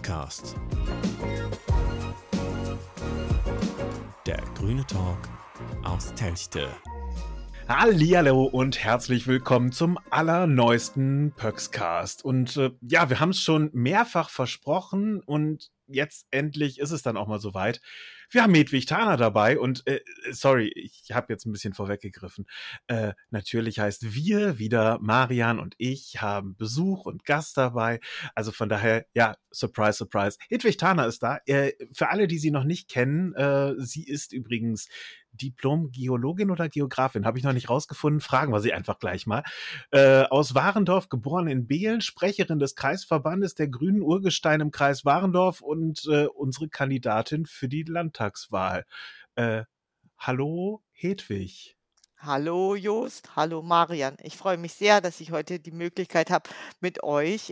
Podcast. Der grüne Talk aus Telchte. Hallihallo und herzlich willkommen zum allerneuesten Pöxcast. Und wir haben es schon mehrfach versprochen und jetzt endlich ist es dann auch mal soweit. Wir haben Hedwig Thaner dabei und sorry, ich habe jetzt ein bisschen vorweggegriffen. Natürlich heißt wir wieder Marian und ich haben Besuch und Gast dabei. Also von daher, ja, surprise, surprise. Hedwig Thaner ist da. Für alle, die sie noch nicht kennen, sie ist übrigens Diplom-Geologin oder Geografin, habe ich noch nicht rausgefunden, fragen wir sie einfach gleich mal. Aus Warendorf, geboren in Behlen, Sprecherin des Kreisverbandes der Grünen Urgestein im Kreis Warendorf und unsere Kandidatin für die Landtagswahl. Hallo Hedwig. Hallo Jost, hallo Marian. Ich freue mich sehr, dass ich heute die Möglichkeit habe, mit euch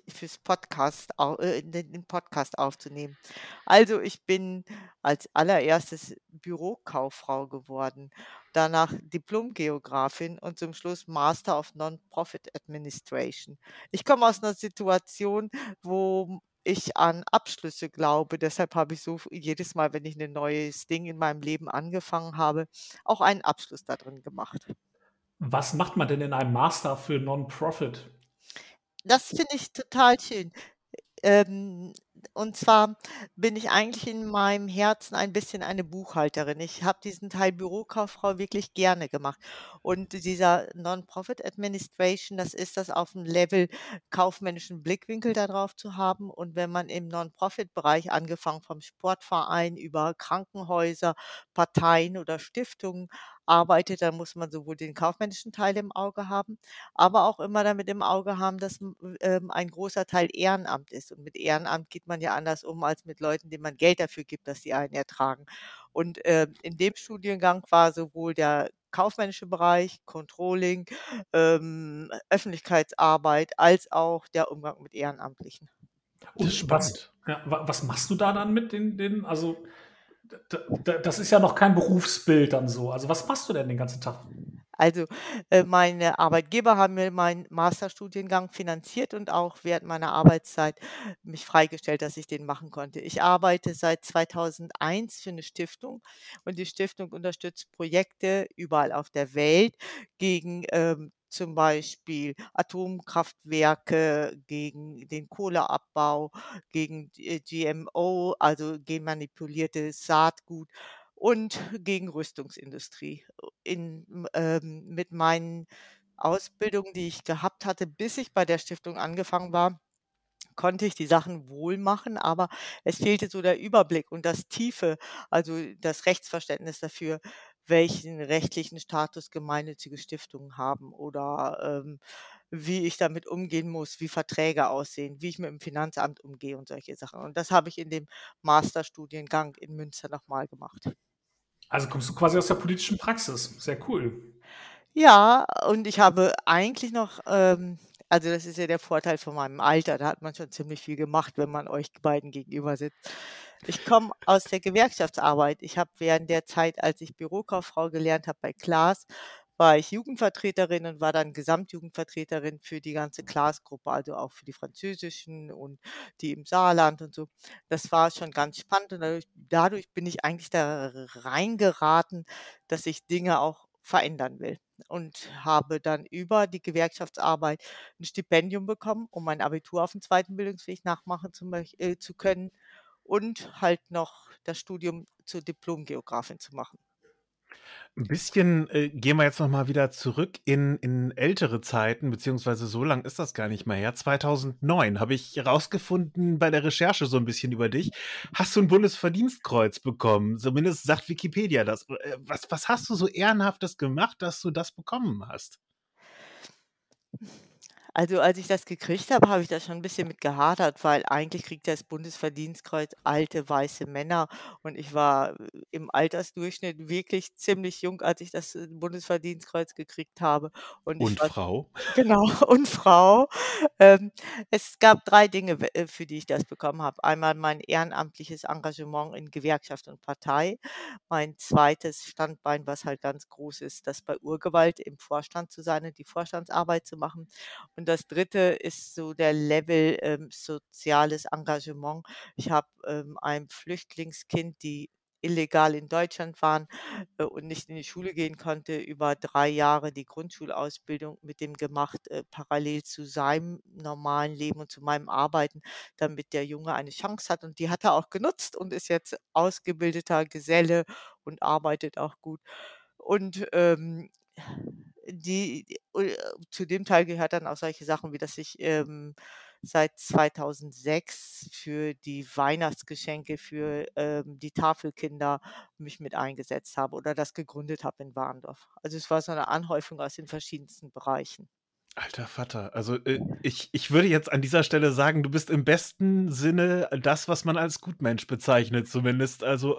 den Podcast aufzunehmen. Also ich bin als allererstes Bürokauffrau geworden, danach Diplom-Geografin und zum Schluss Master of Non-Profit Administration. Ich komme aus einer Situation, wo ich an Abschlüsse glaube. Deshalb habe ich so jedes Mal, wenn ich ein neues Ding in meinem Leben angefangen habe, auch einen Abschluss da drin gemacht. Was macht man denn in einem Master für Non-Profit? Das finde ich total schön. Ähm, und zwar bin ich eigentlich in meinem Herzen ein bisschen eine Buchhalterin. Ich habe diesen Teil Bürokauffrau wirklich gerne gemacht. Und dieser Non-Profit Administration, das ist das auf dem Level kaufmännischen Blickwinkel darauf zu haben. Und wenn man im Non-Profit-Bereich, angefangen vom Sportverein über Krankenhäuser, Parteien oder Stiftungen arbeitet, dann muss man sowohl den kaufmännischen Teil im Auge haben, aber auch immer damit im Auge haben, dass ein großer Teil Ehrenamt ist. Und mit Ehrenamt geht man ja anders um als mit Leuten, denen man Geld dafür gibt, dass sie einen ertragen. Und in dem Studiengang war sowohl der kaufmännische Bereich, Controlling, Öffentlichkeitsarbeit, als auch der Umgang mit Ehrenamtlichen. Und was machst du da dann mit den also das ist ja noch kein Berufsbild dann so. Also was machst du denn den ganzen Tag? Also, meine Arbeitgeber haben mir meinen Masterstudiengang finanziert und auch während meiner Arbeitszeit mich freigestellt, dass ich den machen konnte. Ich arbeite seit 2001 für eine Stiftung und die Stiftung unterstützt Projekte überall auf der Welt gegen, zum Beispiel Atomkraftwerke, gegen den Kohleabbau, gegen GMO, also genmanipuliertes Saatgut und gegen Rüstungsindustrie. Mit meinen Ausbildungen, die ich gehabt hatte, bis ich bei der Stiftung angefangen war, konnte ich die Sachen wohl machen, aber es fehlte so der Überblick und das Tiefe, also das Rechtsverständnis dafür, welchen rechtlichen Status gemeinnützige Stiftungen haben oder, wie ich damit umgehen muss, wie Verträge aussehen, wie ich mit dem Finanzamt umgehe und solche Sachen. Und das habe ich in dem Masterstudiengang in Münster noch mal gemacht. Also kommst du quasi aus der politischen Praxis. Sehr cool. Ja, und ich habe eigentlich noch, also das ist ja der Vorteil von meinem Alter, da hat man schon ziemlich viel gemacht, wenn man euch beiden gegenüber sitzt. Ich komme aus der Gewerkschaftsarbeit. Ich habe während der Zeit, als ich Bürokauffrau gelernt habe bei Claas, war ich Jugendvertreterin und war dann Gesamtjugendvertreterin für die ganze Claas-Gruppe, also auch für die französischen und die im Saarland und so. Das war schon ganz spannend und dadurch bin ich eigentlich da reingeraten, dass ich Dinge auch verändern will und habe dann über die Gewerkschaftsarbeit 'n Stipendium bekommen, um mein Abitur aufm zweiten Bildungsweg nachmachen zu können und halt noch das Studium zur Diplomgeografin zu machen. Ein bisschen gehen wir jetzt noch mal wieder zurück in ältere Zeiten, beziehungsweise so lang ist das gar nicht mehr her. 2009 habe ich rausgefunden bei der Recherche so ein bisschen über dich, hast du ein Bundesverdienstkreuz bekommen. Zumindest sagt Wikipedia das. Was hast du so Ehrenhaftes gemacht, dass du das bekommen hast? Also, als ich das gekriegt habe ich da schon 'n bisschen mit gehadert, weil eigentlich kriegt das Bundesverdienstkreuz alte weiße Männer und ich war im Altersdurchschnitt wirklich ziemlich jung, als ich das, Bundesverdienstkreuz gekriegt habe und ich Und war Frau? genau, und Frau. Ähm, Es gab 3 Dinge, für die ich das bekommen habe. Einmal mein ehrenamtliches Engagement in Gewerkschaft und Partei. Mein zweites Standbein, was halt ganz groß ist, das bei Urgewalt im Vorstand zu sein und die Vorstandsarbeit zu machen. Und das Dritte ist so der Level soziales Engagement. Ich habe einem Flüchtlingskind, die illegal in Deutschland waren und nicht in die Schule gehen konnte, über 3 Jahre die Grundschulausbildung mit dem gemacht, parallel zu seinem normalen Leben und zu meinem Arbeiten, damit der Junge eine Chance hat. Und die hat er auch genutzt und ist jetzt ausgebildeter Geselle und arbeitet auch gut. Und zu dem Teil gehört dann auch solche Sachen, wie dass ich seit 2006 für die Weihnachtsgeschenke für die Tafelkinder mich mit eingesetzt habe oder das gegründet habe in Warndorf. Also es war so eine Anhäufung aus den verschiedensten Bereichen. Alter Vater, also ich würde jetzt an dieser Stelle sagen, du bist im besten Sinne das, was man als Gutmensch bezeichnet, zumindest. Also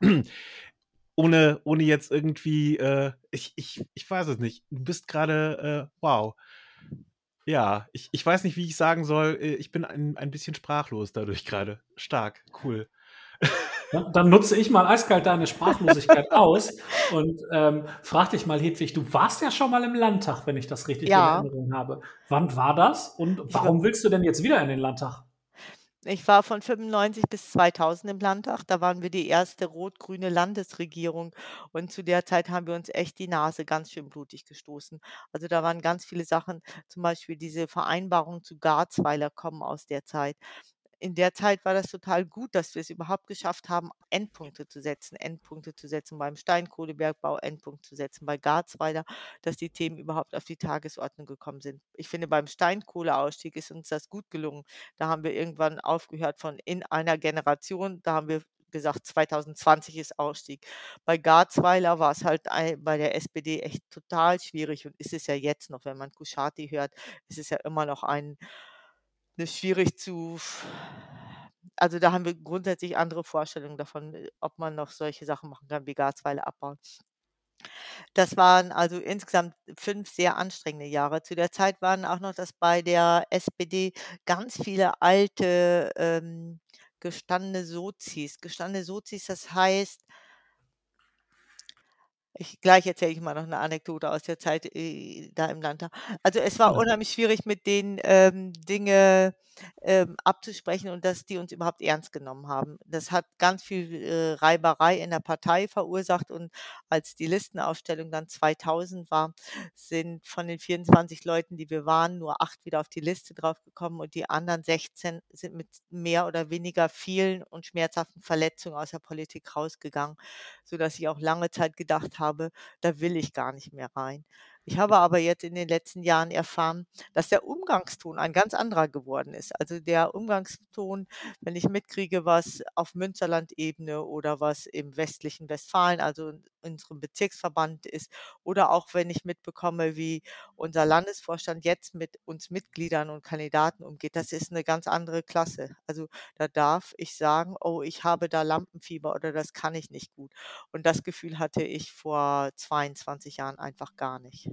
ohne jetzt irgendwie, ich weiß es nicht. Du bist gerade, wow. Ja, ich weiß nicht, wie ich sagen soll. Ich bin ein bisschen sprachlos dadurch gerade. Stark, cool. Dann nutze ich mal eiskalt deine Sprachlosigkeit aus und frage dich mal, Hedwig, du warst ja schon mal im Landtag, wenn ich das richtig in Ja, Erinnerung habe. Wann war das und ich war, warum willst du denn jetzt wieder in den Landtag? ich war von 95 bis 2000 im Landtag. Da waren wir die erste rot-grüne Landesregierung und zu der Zeit haben wir uns echt die Nase ganz schön blutig gestoßen. Also da waren ganz viele Sachen, zum Beispiel diese Vereinbarung zu Garzweiler kommen aus der Zeit. In der Zeit war das total gut, dass wir es überhaupt geschafft haben, Endpunkte zu setzen beim Steinkohlebergbau, Endpunkt zu setzen bei Garzweiler, dass die Themen überhaupt auf die Tagesordnung gekommen sind. Ich finde, beim Steinkohleausstieg ist uns das gut gelungen. Da haben wir irgendwann aufgehört von in einer Generation, da haben wir gesagt, 2020 ist Ausstieg. Bei Garzweiler war es halt bei der SPD echt total schwierig und ist es ja jetzt noch, wenn man Kuschati hört, ist es ja immer noch schwierig also da haben wir grundsätzlich andere Vorstellungen davon, ob man noch solche Sachen machen kann wie Garzweile abbauen. Das waren also insgesamt 5 sehr anstrengende Jahre. Zu der Zeit waren auch noch, dass bei der SPD ganz viele alte, gestandene Sozis, das heißt, gleich erzähle ich mal noch eine Anekdote aus der Zeit, da im Landtag. Also, es war unheimlich schwierig, mit denen, Dinge, abzusprechen und dass die uns überhaupt ernst genommen haben. Das hat ganz viel, Reiberei in der Partei verursacht und als die Listenaufstellung dann 2000 war, sind von den 24 Leuten, die wir waren, nur 8 wieder auf die Liste draufgekommen und die anderen 16 sind mit mehr oder weniger vielen und schmerzhaften Verletzungen aus der Politik rausgegangen, sodass ich auch lange Zeit gedacht habe, da will ich gar nicht mehr rein. Ich habe aber jetzt in den letzten Jahren erfahren, dass der Umgangston ein ganz anderer geworden ist. Also der Umgangston, wenn ich mitkriege, was auf Münsterland-Ebene oder was im westlichen Westfalen, also in unserem Bezirksverband ist, oder auch wenn ich mitbekomme, wie unser Landesvorstand jetzt mit uns Mitgliedern und Kandidaten umgeht, das ist eine ganz andere Klasse. Also da darf ich sagen, oh, ich habe da Lampenfieber oder das kann ich nicht gut. Und das Gefühl hatte ich vor 22 Jahren einfach gar nicht.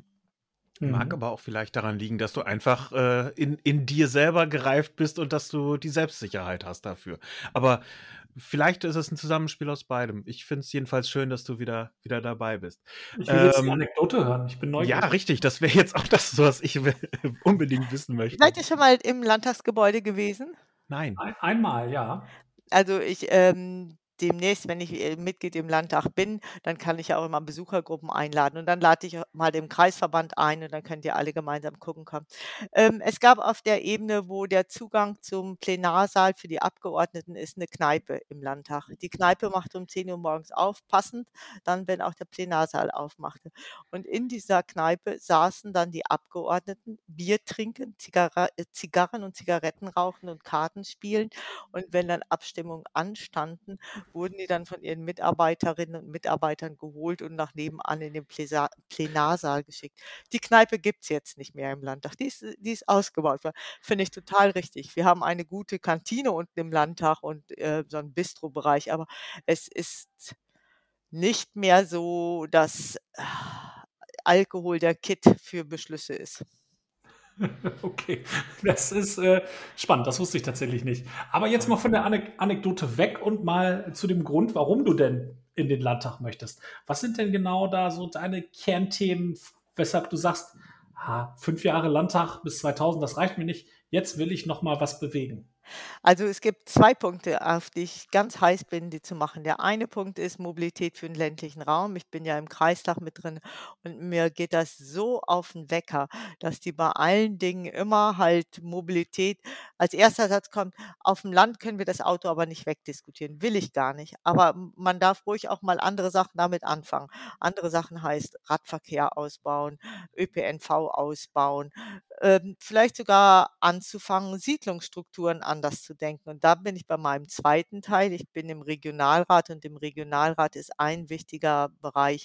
Mag aber auch vielleicht daran liegen, dass du einfach in dir selber gereift bist und dass du die Selbstsicherheit hast dafür. Aber vielleicht ist es ein Zusammenspiel aus beidem. Ich finde es jedenfalls schön, dass du wieder dabei bist. Ich will jetzt die Anekdote hören. Ich bin Ja, neugierig. richtig. Das wäre jetzt auch das, was ich unbedingt wissen möchte. Seid ihr schon mal im Landtagsgebäude gewesen? Nein. Einmal, ja. Also ich demnächst, wenn ich Mitglied im Landtag bin, dann kann ich ja auch immer Besuchergruppen einladen und dann lade ich mal den Kreisverband ein und dann könnt ihr alle gemeinsam gucken kommen. Es gab auf der Ebene, wo der Zugang zum Plenarsaal für die Abgeordneten ist, eine Kneipe im Landtag. Die Kneipe macht um 10 Uhr morgens auf, passend dann, wenn auch der Plenarsaal aufmachte. Und in dieser Kneipe saßen dann die Abgeordneten, Bier trinken, Zigarren und Zigaretten rauchen und Karten spielen. Und wenn dann Abstimmungen anstanden, wurden die dann von ihren Mitarbeiterinnen und Mitarbeitern geholt und nach nebenan in den Plenarsaal geschickt. Die Kneipe gibt es jetzt nicht mehr im Landtag. Die ist ausgebaut. Finde ich total richtig. Wir haben eine gute Kantine unten im Landtag und so einen Bistro-Bereich, aber es ist nicht mehr so, dass Alkohol der Kitt für Beschlüsse ist. Okay, das ist spannend, das wusste ich tatsächlich nicht. Aber jetzt mal von der Anekdote weg und mal zu dem Grund, warum du denn in den Landtag möchtest. Was sind denn genau da so deine Kernthemen, weshalb du sagst, 5 Jahre Landtag bis 2000, das reicht mir nicht. Jetzt will ich noch mal was bewegen. Also, es gibt 2 Punkte, auf die ich ganz heiß bin, die zu machen. Der eine Punkt ist Mobilität für den ländlichen Raum. Ich bin ja im Kreistag mit drin und mir geht das so auf den Wecker, dass die bei allen Dingen immer halt Mobilität als erster Satz kommt: „Auf dem Land können wir das Auto aber nicht wegdiskutieren." Will ich gar nicht. Aber man darf ruhig auch mal andere Sachen damit anfangen. Andere Sachen heißt Radverkehr ausbauen, ÖPNV ausbauen, vielleicht sogar anzufangen, Siedlungsstrukturen anders zu denken. Und da bin ich bei meinem zweiten Teil. Ich bin im Regionalrat und im Regionalrat ist ein wichtiger Bereich,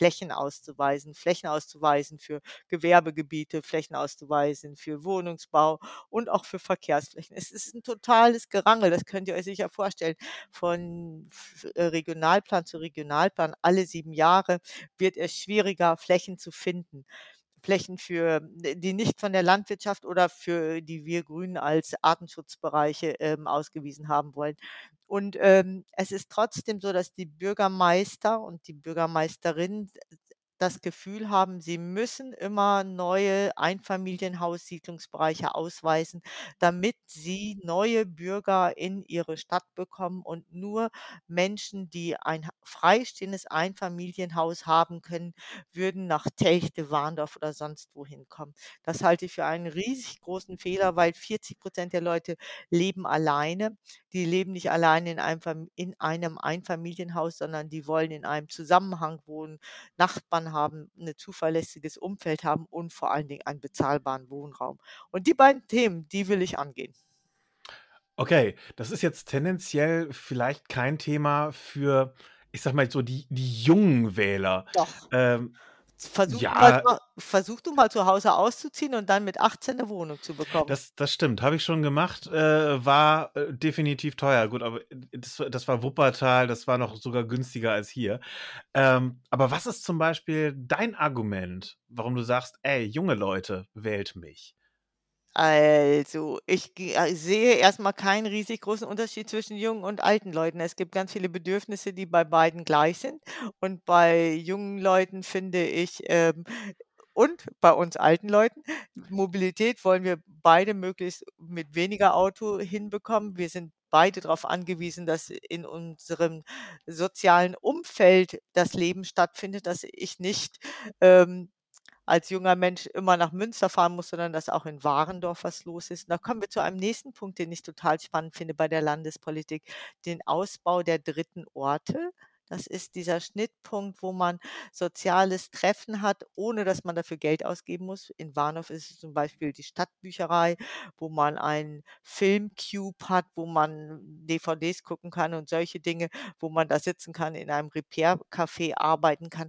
Flächen auszuweisen für Gewerbegebiete, Flächen auszuweisen für Wohnungsbau und auch für Verkehrsflächen. Es ist ein totales Gerangel, das könnt ihr euch sicher vorstellen. Von Regionalplan zu Regionalplan alle 7 Jahre wird es schwieriger, Flächen zu finden. Flächen für die nicht von der Landwirtschaft oder für die wir Grünen als Artenschutzbereiche, ausgewiesen haben wollen. Und, es ist trotzdem so, dass die Bürgermeister und die Bürgermeisterinnen das Gefühl haben, sie müssen immer neue Einfamilienhaussiedlungsbereiche ausweisen, damit sie neue Bürger in ihre Stadt bekommen und nur Menschen, die ein freistehendes Einfamilienhaus haben können, würden nach Telchte, Warndorf oder sonst wohin kommen. Das halte ich für einen riesig großen Fehler, weil 40% der Leute leben alleine. Die leben nicht alleine in einem Einfamilienhaus, sondern die wollen in einem Zusammenhang wohnen, Nachbarn haben, 'ne zuverlässiges Umfeld haben und vor allen Dingen einen bezahlbaren Wohnraum. Und die beiden Themen, die will ich angehen. Okay, das ist jetzt tendenziell vielleicht kein Thema für, ich sage mal so, die jungen Wähler. Doch. Ähm, Versuch du mal ja, zu versuch du mal zu Hause auszuziehen und dann mit 18 'ne Wohnung zu bekommen. das stimmt, habe ich schon gemacht, war, definitiv teuer. Gut, aber das war Wuppertal, das war noch sogar günstiger als hier. Aber was ist zum Beispiel dein Argument, warum du sagst: „Ey, junge Leute, wählt mich?“ Also, sehe erst mal keinen riesig großen Unterschied zwischen jungen und alten Leuten. Es gibt ganz viele Bedürfnisse, die bei beiden gleich sind. Und bei jungen Leuten finde ich, und bei uns alten Leuten, Mobilität wollen wir beide möglichst mit weniger Auto hinbekommen. Wir sind beide darauf angewiesen, dass in unserem sozialen Umfeld das Leben stattfindet, dass ich nicht, ähm als junger Mensch immer nach Münster fahren muss, sondern dass auch in Warendorf was los ist. Und da kommen wir zu einem nächsten Punkt, den ich total spannend finde bei der Landespolitik, den Ausbau der dritten Orte. Das ist dieser Schnittpunkt, wo man soziales Treffen hat, ohne dass man dafür Geld ausgeben muss. In Warendorf ist es zum Beispiel die Stadtbücherei, wo man einen Filmcube hat, wo man DVDs gucken kann und solche Dinge, wo man da sitzen kann, in einem Repair-Café arbeiten kann.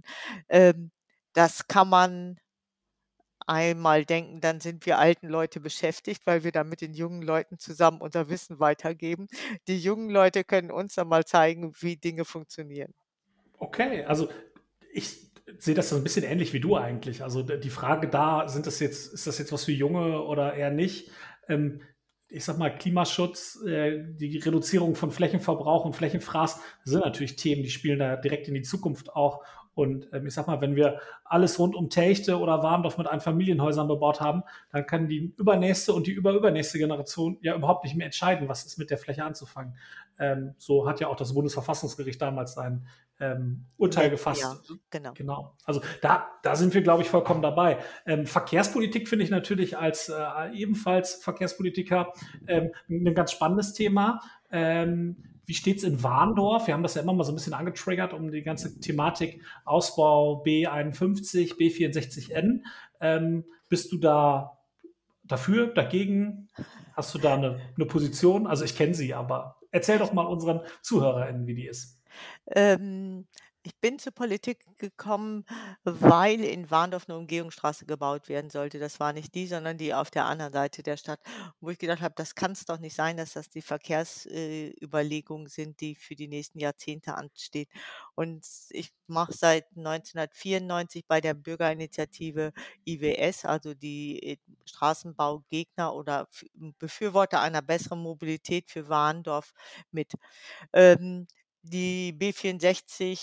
Das kann man einmal denken, dann sind wir alten Leute beschäftigt, weil wir dann mit den jungen Leuten zusammen unser Wissen weitergeben. Die jungen Leute können uns dann mal zeigen, wie Dinge funktionieren. Okay, also ich sehe das so ein bisschen ähnlich wie du eigentlich. Also die Frage da, ist das jetzt was für Junge oder eher nicht? Ähm, Ich sag mal, Klimaschutz, die Reduzierung von Flächenverbrauch und Flächenfraß sind natürlich Themen, die spielen da direkt in die Zukunft auch. Und ich sag mal, wenn wir alles rund um Telchte oder Warndorf mit Einfamilienhäusern bebaut haben, dann kann die übernächste und die überübernächste Generation ja überhaupt nicht mehr entscheiden, was ist mit der Fläche anzufangen. So hat ja auch das Bundesverfassungsgericht damals sein Urteil Ja, gefasst. genau. Genau. Also da sind wir, glaube ich, vollkommen dabei. Verkehrspolitik finde ich natürlich als ebenfalls Verkehrspolitiker ein ganz spannendes Thema. Wie steht es in Warndorf? Wir haben das ja immer mal so ein bisschen angetriggert um die ganze Thematik Ausbau B51, B64N. Bist du da dafür, dagegen? Hast du da eine Position? Also ich kenne sie, aber erzähl doch mal unseren ZuhörerInnen, wie die ist. Ähm, Ich bin zur Politik gekommen, weil in Warndorf 'ne Umgehungsstraße gebaut werden sollte. Das war nicht die, sondern die auf der anderen Seite der Stadt, wo ich gedacht habe: „Das kann's doch nicht sein, dass das die Verkehrsüberlegungen sind, die für die nächsten Jahrzehnte anstehen." Und ich mache seit 1994 bei der Bürgerinitiative IWS, also die, Straßenbaugegner oder Befürworter einer besseren Mobilität für Warndorf mit. Ähm, Die B64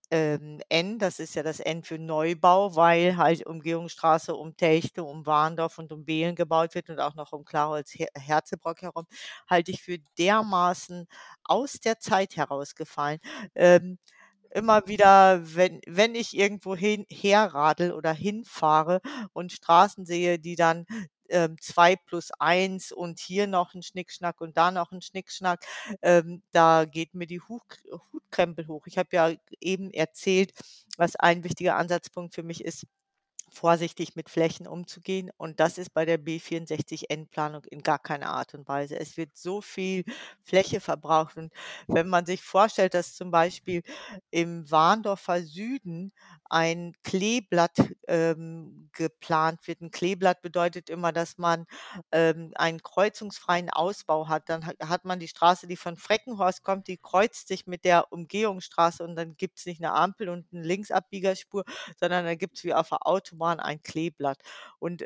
N, das ist ja das N für Neubau, weil halt Umgehungsstraße um Telchte, um Warndorf und um Behlen gebaut wird und auch noch um Klarholz, Herzebrock herum, halte ich für dermaßen aus der Zeit herausgefallen. Ähm, Immer wieder, wenn ich irgendwo herradel oder hinfahre und Straßen sehe, die dann 2+1 und hier noch ein Schnickschnack und da noch ein Schnickschnack, da geht mir die Hutkrempel hoch. Ich habe ja eben erzählt, was ein wichtiger Ansatzpunkt für mich ist, vorsichtig mit Flächen umzugehen. Und das ist bei der B64N-Planung in gar keiner Art und Weise. Es wird so viel Fläche verbraucht. Und wenn man sich vorstellt, dass zum Beispiel im Warndorfer Süden ein Kleeblatt geplant wird. Ein Kleeblatt bedeutet immer, dass man einen kreuzungsfreien Ausbau hat. Dann hat man die Straße, die von Freckenhorst kommt, die kreuzt sich mit der Umgehungsstraße und dann gibt es nicht eine Ampel und eine Linksabbiegerspur, sondern da gibt es wie auf der Autobahn ein Kleeblatt. Und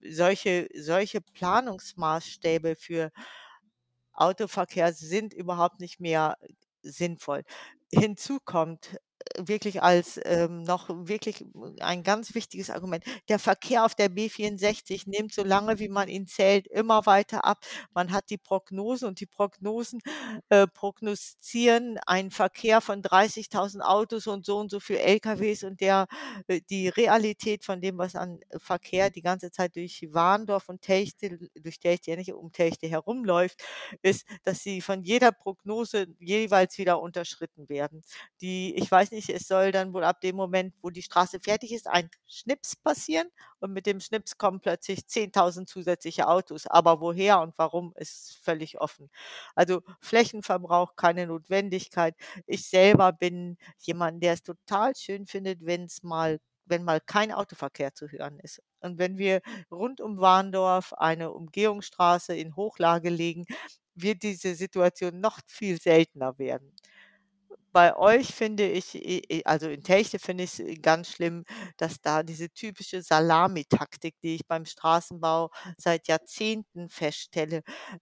solche Planungsmaßstäbe für Autoverkehr sind überhaupt nicht mehr sinnvoll. Hinzu kommt wirklich als noch wirklich ein ganz wichtiges Argument. Der Verkehr auf der B64 nimmt, so lange wie man ihn zählt, immer weiter ab. Man hat die Prognosen und die Prognosen prognostizieren einen Verkehr von 30.000 Autos und so viel LKWs und die Realität von dem, was an Verkehr die ganze Zeit durch Warndorf und Telchte, durch Telchte ja nicht um Telchte herumläuft, ist, dass sie von jeder Prognose jeweils wieder unterschritten werden. Ich weiß nicht, es soll dann wohl ab dem Moment, wo die Straße fertig ist, ein Schnips passieren und mit dem Schnips kommen plötzlich 10.000 zusätzliche Autos. Aber woher und warum ist völlig offen. Also Flächenverbrauch, keine Notwendigkeit. Ich selber bin jemand, der es total schön findet, wenn mal kein Autoverkehr zu hören ist. Und wenn wir rund um Warndorf eine Umgehungsstraße in Hochlage legen, wird diese Situation noch viel seltener werden. Bei euch finde ich, also in Telchte finde ich es ganz schlimm, dass da diese typische Salamitaktik, die ich beim Straßenbau seit Jahrzehnten feststelle,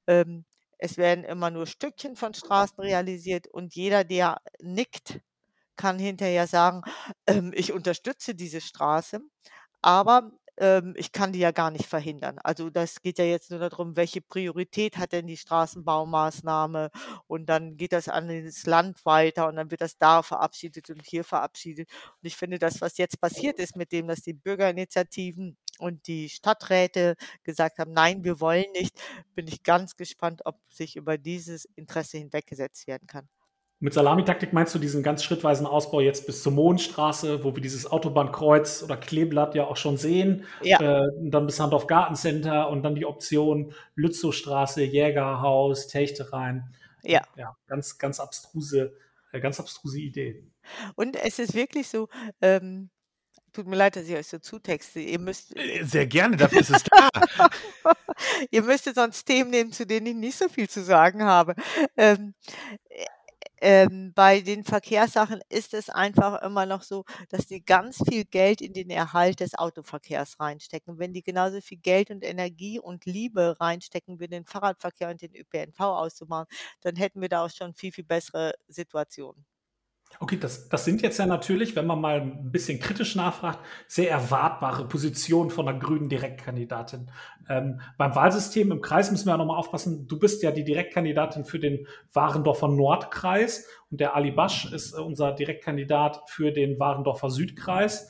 es werden immer nur Stückchen von Straßen realisiert und jeder, der nickt, kann hinterher sagen, ich unterstütze diese Straße, aber ich kann die ja gar nicht verhindern. Also das geht ja jetzt nur darum, welche Priorität hat denn die Straßenbaumaßnahme und dann geht das an das Land weiter und dann wird das da verabschiedet und hier verabschiedet. Und ich finde, das, was jetzt passiert ist mit dem, dass die Bürgerinitiativen und die Stadträte gesagt haben, nein, wir wollen nicht, bin ich ganz gespannt, ob sich über dieses Interesse hinweggesetzt werden kann. Mit Salamitaktik meinst du diesen ganz schrittweisen Ausbau jetzt bis zur Mohnstraße, wo wir dieses Autobahnkreuz oder Kleeblatt ja auch schon sehen, Ja, dann bis Handorf Gartencenter und dann die Option Lützowstraße, Jägerhaus, Techterein. ja. Ja, ganz abstruse Idee. Und es ist wirklich so, tut mir leid, dass ich euch so zutexte. Sehr gerne, dafür ist es da. Ihr müsstet sonst Themen nehmen, zu denen ich nicht so viel zu sagen habe. Ähm, bei den Verkehrssachen ist es einfach immer noch so, dass die ganz viel Geld in den Erhalt des Autoverkehrs reinstecken. Wenn die genauso viel Geld und Energie und Liebe reinstecken, wie den Fahrradverkehr und den ÖPNV auszubauen, dann hätten wir da auch schon viel, viel bessere Situationen. Okay, das sind jetzt ja natürlich, wenn man mal ein bisschen kritisch nachfragt, sehr erwartbare Positionen von einer grünen Direktkandidatin. Beim Wahlsystem im Kreis müssen wir ja nochmal aufpassen. Du bist ja die Direktkandidatin für den Warendorfer Nordkreis und der Ali Basch ist unser Direktkandidat für den Warendorfer Südkreis.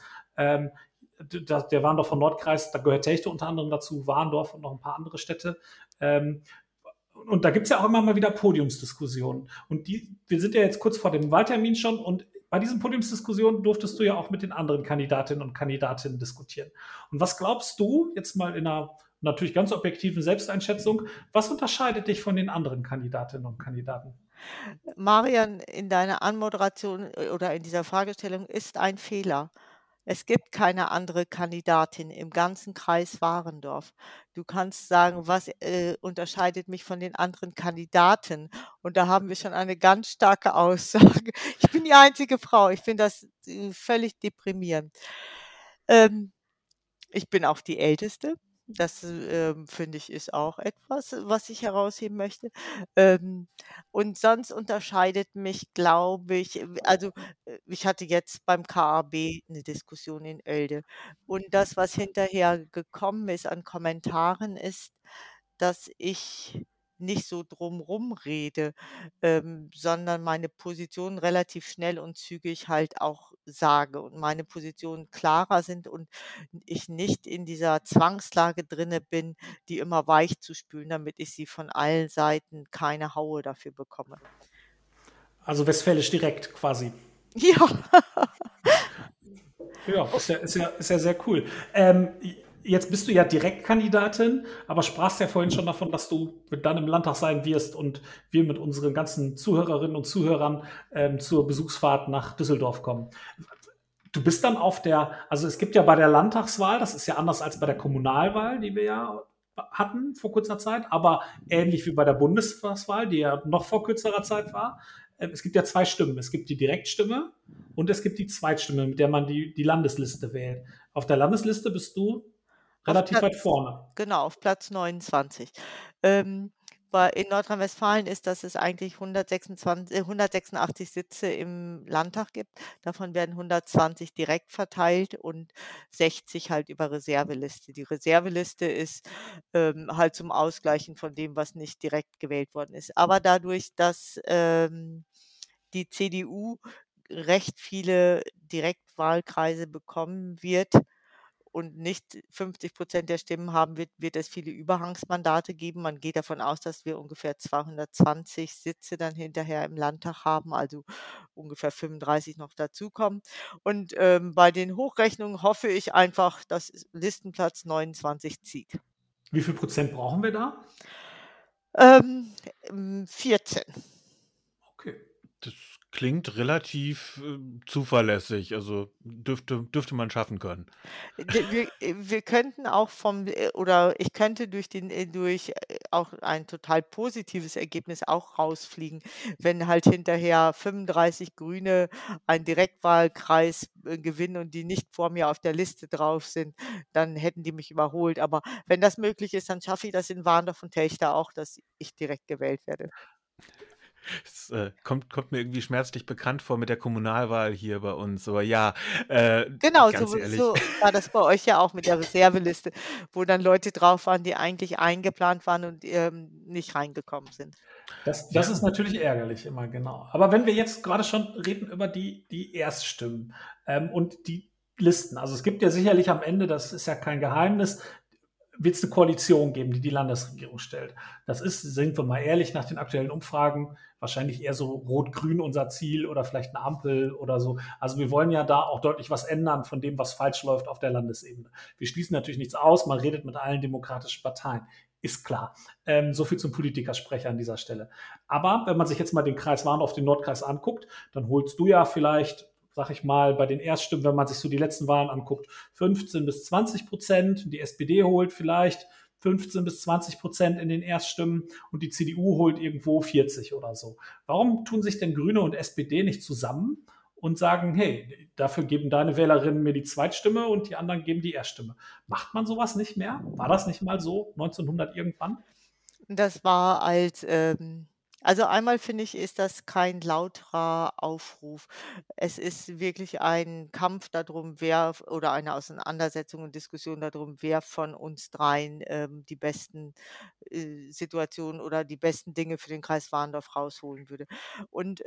Der Warendorfer Nordkreis, da gehört Telchte unter anderem dazu, Warendorf und noch ein paar andere Städte. Und da gibt es ja auch immer mal wieder Podiumsdiskussionen. Und wir sind ja jetzt kurz vor dem Wahltermin schon und bei diesen Podiumsdiskussionen durftest du ja auch mit den anderen Kandidatinnen und Kandidaten diskutieren. Und was glaubst du, jetzt mal in einer natürlich ganz objektiven Selbsteinschätzung, was unterscheidet dich von den anderen Kandidatinnen und Kandidaten? Marian, in deiner Anmoderation oder in dieser Fragestellung ist ein Fehler. Es gibt keine andere Kandidatin im ganzen Kreis Warendorf. Du kannst sagen, was unterscheidet mich von den anderen Kandidaten? Und da haben wir schon eine ganz starke Aussage. Ich bin die einzige Frau. Ich finde das völlig deprimierend. Ähm, Ich bin auch die Älteste. Das, finde ich, ist auch etwas, was ich herausheben möchte. Ähm, und sonst unterscheidet mich, glaube ich also, ich hatte jetzt beim KAB eine Diskussion in Oelde und das, was hinterher gekommen ist an Kommentaren, ist, dass ich nicht so drumrum rede, sondern meine Position relativ schnell und zügig halt auch sage und meine Positionen klarer sind und ich nicht in dieser Zwangslage drinne bin, die immer weich zu spülen, damit ich sie von allen Seiten keine Haue dafür bekomme. Also westfälisch direkt quasi. Ja. Ja, O ist ja sehr cool. Jetzt bist du ja Direktkandidatin, aber sprachst ja vorhin schon davon, dass du dann im Landtag sein wirst und wir mit unseren ganzen Zuhörerinnen und Zuhörern zur Besuchsfahrt nach Düsseldorf kommen. Du bist dann also es gibt ja bei der Landtagswahl, das ist ja anders als bei der Kommunalwahl, die wir ja hatten vor kurzer Zeit, aber ähnlich wie bei der Bundestagswahl, die ja noch vor kürzerer Zeit war. Es gibt ja zwei Stimmen. Es gibt die Direktstimme und es gibt die Zweitstimme, mit der man die Landesliste wählt. Auf der Landesliste bist du auf relativ weit Platz vorne. Genau, auf Platz 29. Ähm, in Nordrhein-Westfalen ist, dass es eigentlich 186 Sitze im Landtag gibt. Davon werden 120 direkt verteilt und 60 halt über Reserveliste. Die Reserveliste ist, halt zum Ausgleichen von dem, was nicht direkt gewählt worden ist. Aber dadurch, dass, die CDU recht viele Direktwahlkreise bekommen wird und nicht 50% der Stimmen haben wird, wird es viele Überhangsmandate geben. Man geht davon aus, dass wir ungefähr 220 Sitze dann hinterher im Landtag haben, also ungefähr 35 noch dazukommen. Und, bei den Hochrechnungen hoffe ich einfach, dass Listenplatz 29 zieht. Wie viel Prozent brauchen wir da? 14. Okay. Das klingt relativ zuverlässig. Also dürfte man schaffen können. Wir könnten auch oder ich könnte durch auch ein total positives Ergebnis auch rausfliegen, wenn halt hinterher 35 Grüne einen Direktwahlkreis, gewinnen und die nicht vor mir auf der Liste drauf sind, dann hätten die mich überholt. Aber wenn das möglich ist, dann schaffe ich das in Warndorf und Telchter auch, dass ich direkt gewählt werde. Es kommt mir irgendwie schmerzlich bekannt vor mit der Kommunalwahl hier bei uns. Aber ja, Genau, ganz ehrlich. so war das bei euch ja auch mit der Reserveliste, wo dann Leute drauf waren, die eigentlich eingeplant waren und, nicht reingekommen sind. Das ist natürlich ärgerlich immer, genau. Aber wenn wir jetzt gerade schon reden über die Erststimmen und die Listen, also es gibt ja sicherlich am Ende, das ist ja kein Geheimnis, wird es eine Koalition geben, die die Landesregierung stellt. Das ist, sind wir mal ehrlich, nach den aktuellen Umfragen wahrscheinlich eher so Rot-Grün unser Ziel oder vielleicht eine Ampel oder so. Also wir wollen ja da auch deutlich was ändern von dem, was falsch läuft auf der Landesebene. Wir schließen natürlich nichts aus, man redet mit allen demokratischen Parteien. Ist klar. So viel zum Politikersprecher an dieser Stelle. Aber wenn man sich jetzt mal den Kreis Warndorf, den Nordkreis anguckt, dann holst du ja vielleicht, sag ich mal, bei den Erststimmen, wenn man sich so die letzten Wahlen anguckt, 15-20%. Die SPD holt vielleicht 15-20% in den Erststimmen und die CDU holt irgendwo 40 oder so. Warum tun sich denn Grüne und SPD nicht zusammen und sagen, hey, dafür geben deine Wählerinnen mir die Zweitstimme und die anderen geben die Erststimme? Macht man sowas nicht mehr? War das nicht mal so 1900 irgendwann? Das war also einmal finde ich, ist das kein lauterer Aufruf. Es ist wirklich ein Kampf darum, wer oder eine Auseinandersetzung und Diskussion darum, wer von uns dreien, die besten, Situationen oder die besten Dinge für den Kreis Warndorf rausholen würde. Und,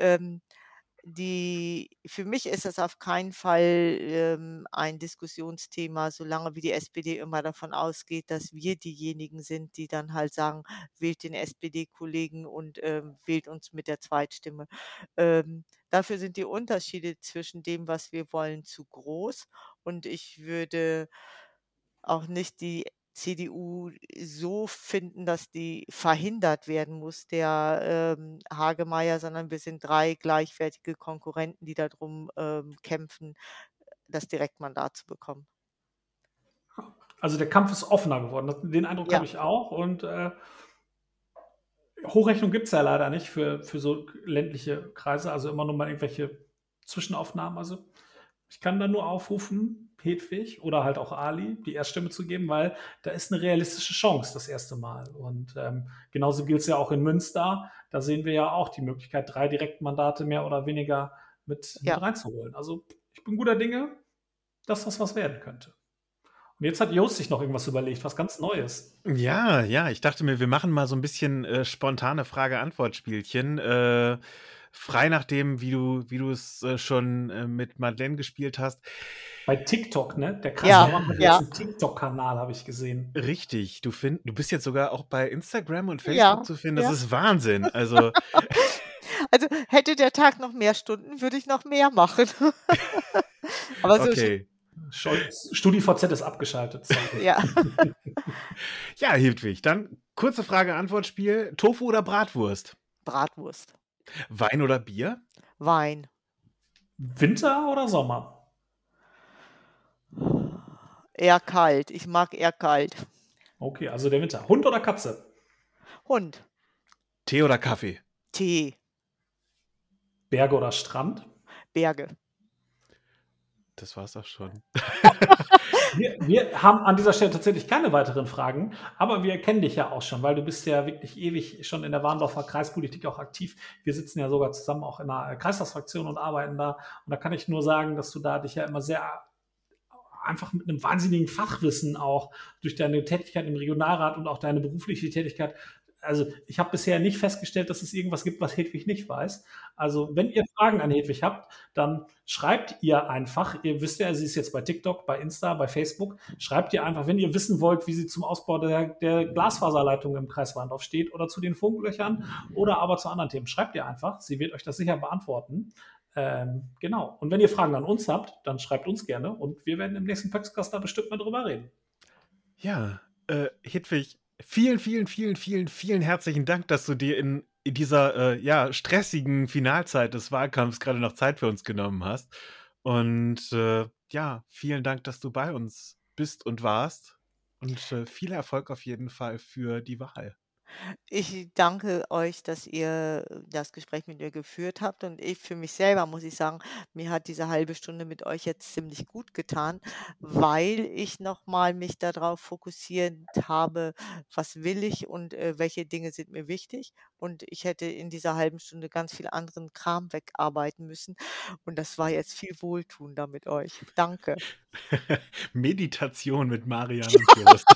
für mich ist das auf keinen Fall, ein Diskussionsthema, solange wie die SPD immer davon ausgeht, dass wir diejenigen sind, die dann halt sagen: „Wählt den SPD-Kollegen und, wählt uns mit der Zweitstimme.“ Dafür sind die Unterschiede zwischen dem, was wir wollen, zu groß und ich würde auch nicht die CDU so finden, dass die verhindert werden muss, der, Hagemeyer, sondern wir sind 3 gleichwertige Konkurrenten, die darum, kämpfen, das Direktmandat zu bekommen. Also der Kampf ist offener geworden. Den Eindruck Ja. habe ich auch. Und Hochrechnung gibt es ja leider nicht für so ländliche Kreise, also immer nur mal irgendwelche Zwischenaufnahmen. Also ich kann da nur aufrufen, Hedwig oder halt auch Ali, die Erststimme zu geben, weil da ist eine realistische Chance das erste Mal. Und genauso gilt es ja auch in Münster. Da sehen wir ja auch die Möglichkeit, 3 Direktmandate mehr oder weniger mit Ja. reinzuholen. Also ich bin guter Dinge, dass das was werden könnte. Und jetzt hat Jost sich noch irgendwas überlegt, was ganz Neues. Ja, ich dachte mir, wir machen mal so ein bisschen spontane Frage-Antwort-Spielchen. Frei nach dem, wie du es schon mit Madeleine gespielt hast. Bei TikTok, ne? Der Ja, Kreisverband hat ja. jetzt einen TikTok-Kanal, habe ich gesehen. Richtig, du bist jetzt sogar auch bei Instagram und Ja, Facebook zu finden. Das ja. ist Wahnsinn. Also, Also, hätte der Tag noch mehr Stunden, würde ich noch mehr machen. Aber so okay. StudiVZ ist abgeschaltet. Sorry. ja. Ja, Hedwig, dann kurze Frage-Antwort-Spiel. Tofu oder Bratwurst? Bratwurst, Wein oder Bier? Wein, Winter oder Sommer? eher kalt. Ich mag eher kalt. Okay, also der Winter. Hund oder Katze? Hund, Tee oder Kaffee? Tee, Berge oder Strand? Berge. Das war's auch schon. Wir haben an dieser Stelle tatsächlich keine weiteren Fragen, aber wir kennen dich ja auch schon, weil du bist ja wirklich ewig schon in der Warndorfer Kreispolitik auch aktiv. Wir sitzen ja sogar zusammen auch in einer Kreistagsfraktion und arbeiten da. Und da kann ich nur sagen, dass du da dich ja immer sehr einfach mit einem wahnsinnigen Fachwissen auch durch deine Tätigkeit im Regionalrat und auch deine berufliche Tätigkeit. Also ich habe bisher nicht festgestellt, dass es irgendwas gibt, was Hedwig nicht weiß. Also wenn ihr Fragen an Hedwig habt, dann schreibt ihr einfach. Ihr wisst ja, sie ist jetzt bei TikTok, bei Insta, bei Facebook. Schreibt ihr einfach, wenn ihr wissen wollt, wie sie zum Ausbau der Glasfaserleitung im Kreis Warndorf steht oder zu den Funklöchern oder aber zu anderen Themen. Schreibt ihr einfach. Sie wird euch das sicher beantworten. Genau. Und wenn ihr Fragen an uns habt, dann schreibt uns gerne und wir werden im nächsten Pöxcast da bestimmt mal drüber reden. Ja, Hedwig, vielen herzlichen Dank, dass du dir in dieser stressigen Finalzeit des Wahlkampfs gerade noch Zeit für uns genommen hast. Und vielen Dank, dass du bei uns bist und warst. Und viel Erfolg auf jeden Fall für die Wahl. Ich danke euch, dass ihr das Gespräch mit mir geführt habt. Und ich für mich selber muss ich sagen, mir hat diese halbe Stunde mit euch jetzt ziemlich gut getan, weil ich nochmal mich darauf fokussiert habe, was will ich und welche Dinge sind mir wichtig. Und ich hätte in dieser halben Stunde ganz viel anderen Kram wegarbeiten müssen. Und das war jetzt viel wohltuender mit euch. Danke. Meditation mit Marian und Jost.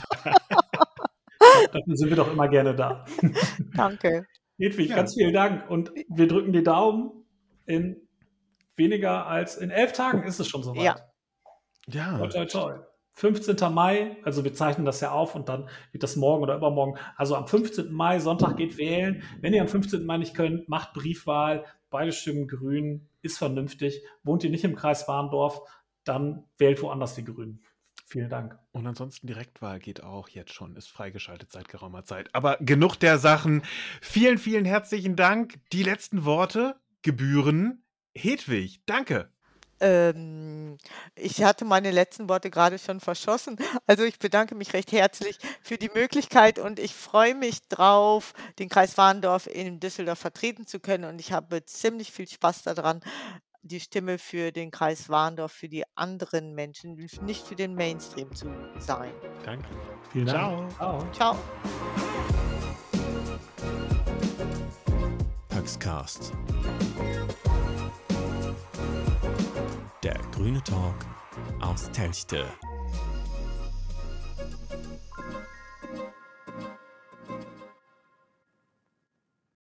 Dafür sind wir doch immer gerne da. Danke. Hedwig, ganz vielen Dank. Und wir drücken die Daumen. In weniger als in 11 Tagen ist es schon soweit. Ja. Toi, toi, toi. 15. Mai, also wir zeichnen das ja auf und dann wird das morgen oder übermorgen. Also am 15. Mai, Sonntag geht wählen. Wenn ihr am 15. Mai nicht könnt, macht Briefwahl. Beide Stimmen grün, ist vernünftig. Wohnt ihr nicht im Kreis Warndorf, dann wählt woanders die Grünen. Vielen Dank. Und ansonsten Direktwahl geht auch jetzt schon, ist freigeschaltet seit geraumer Zeit. Aber genug der Sachen. Vielen herzlichen Dank. Die letzten Worte gebühren Hedwig. Danke. Ich hatte meine letzten Worte gerade schon verschossen. Also ich bedanke mich recht herzlich für die Möglichkeit und ich freue mich drauf, den Kreis Warndorf in Düsseldorf vertreten zu können. Und ich habe ziemlich viel Spaß daran, die Stimme für den Kreis Warndorf, für die anderen Menschen, nicht für den Mainstream zu sein. Danke. Vielen Dank. Ciao. Pöxcast. Der grüne Talk aus Telchte.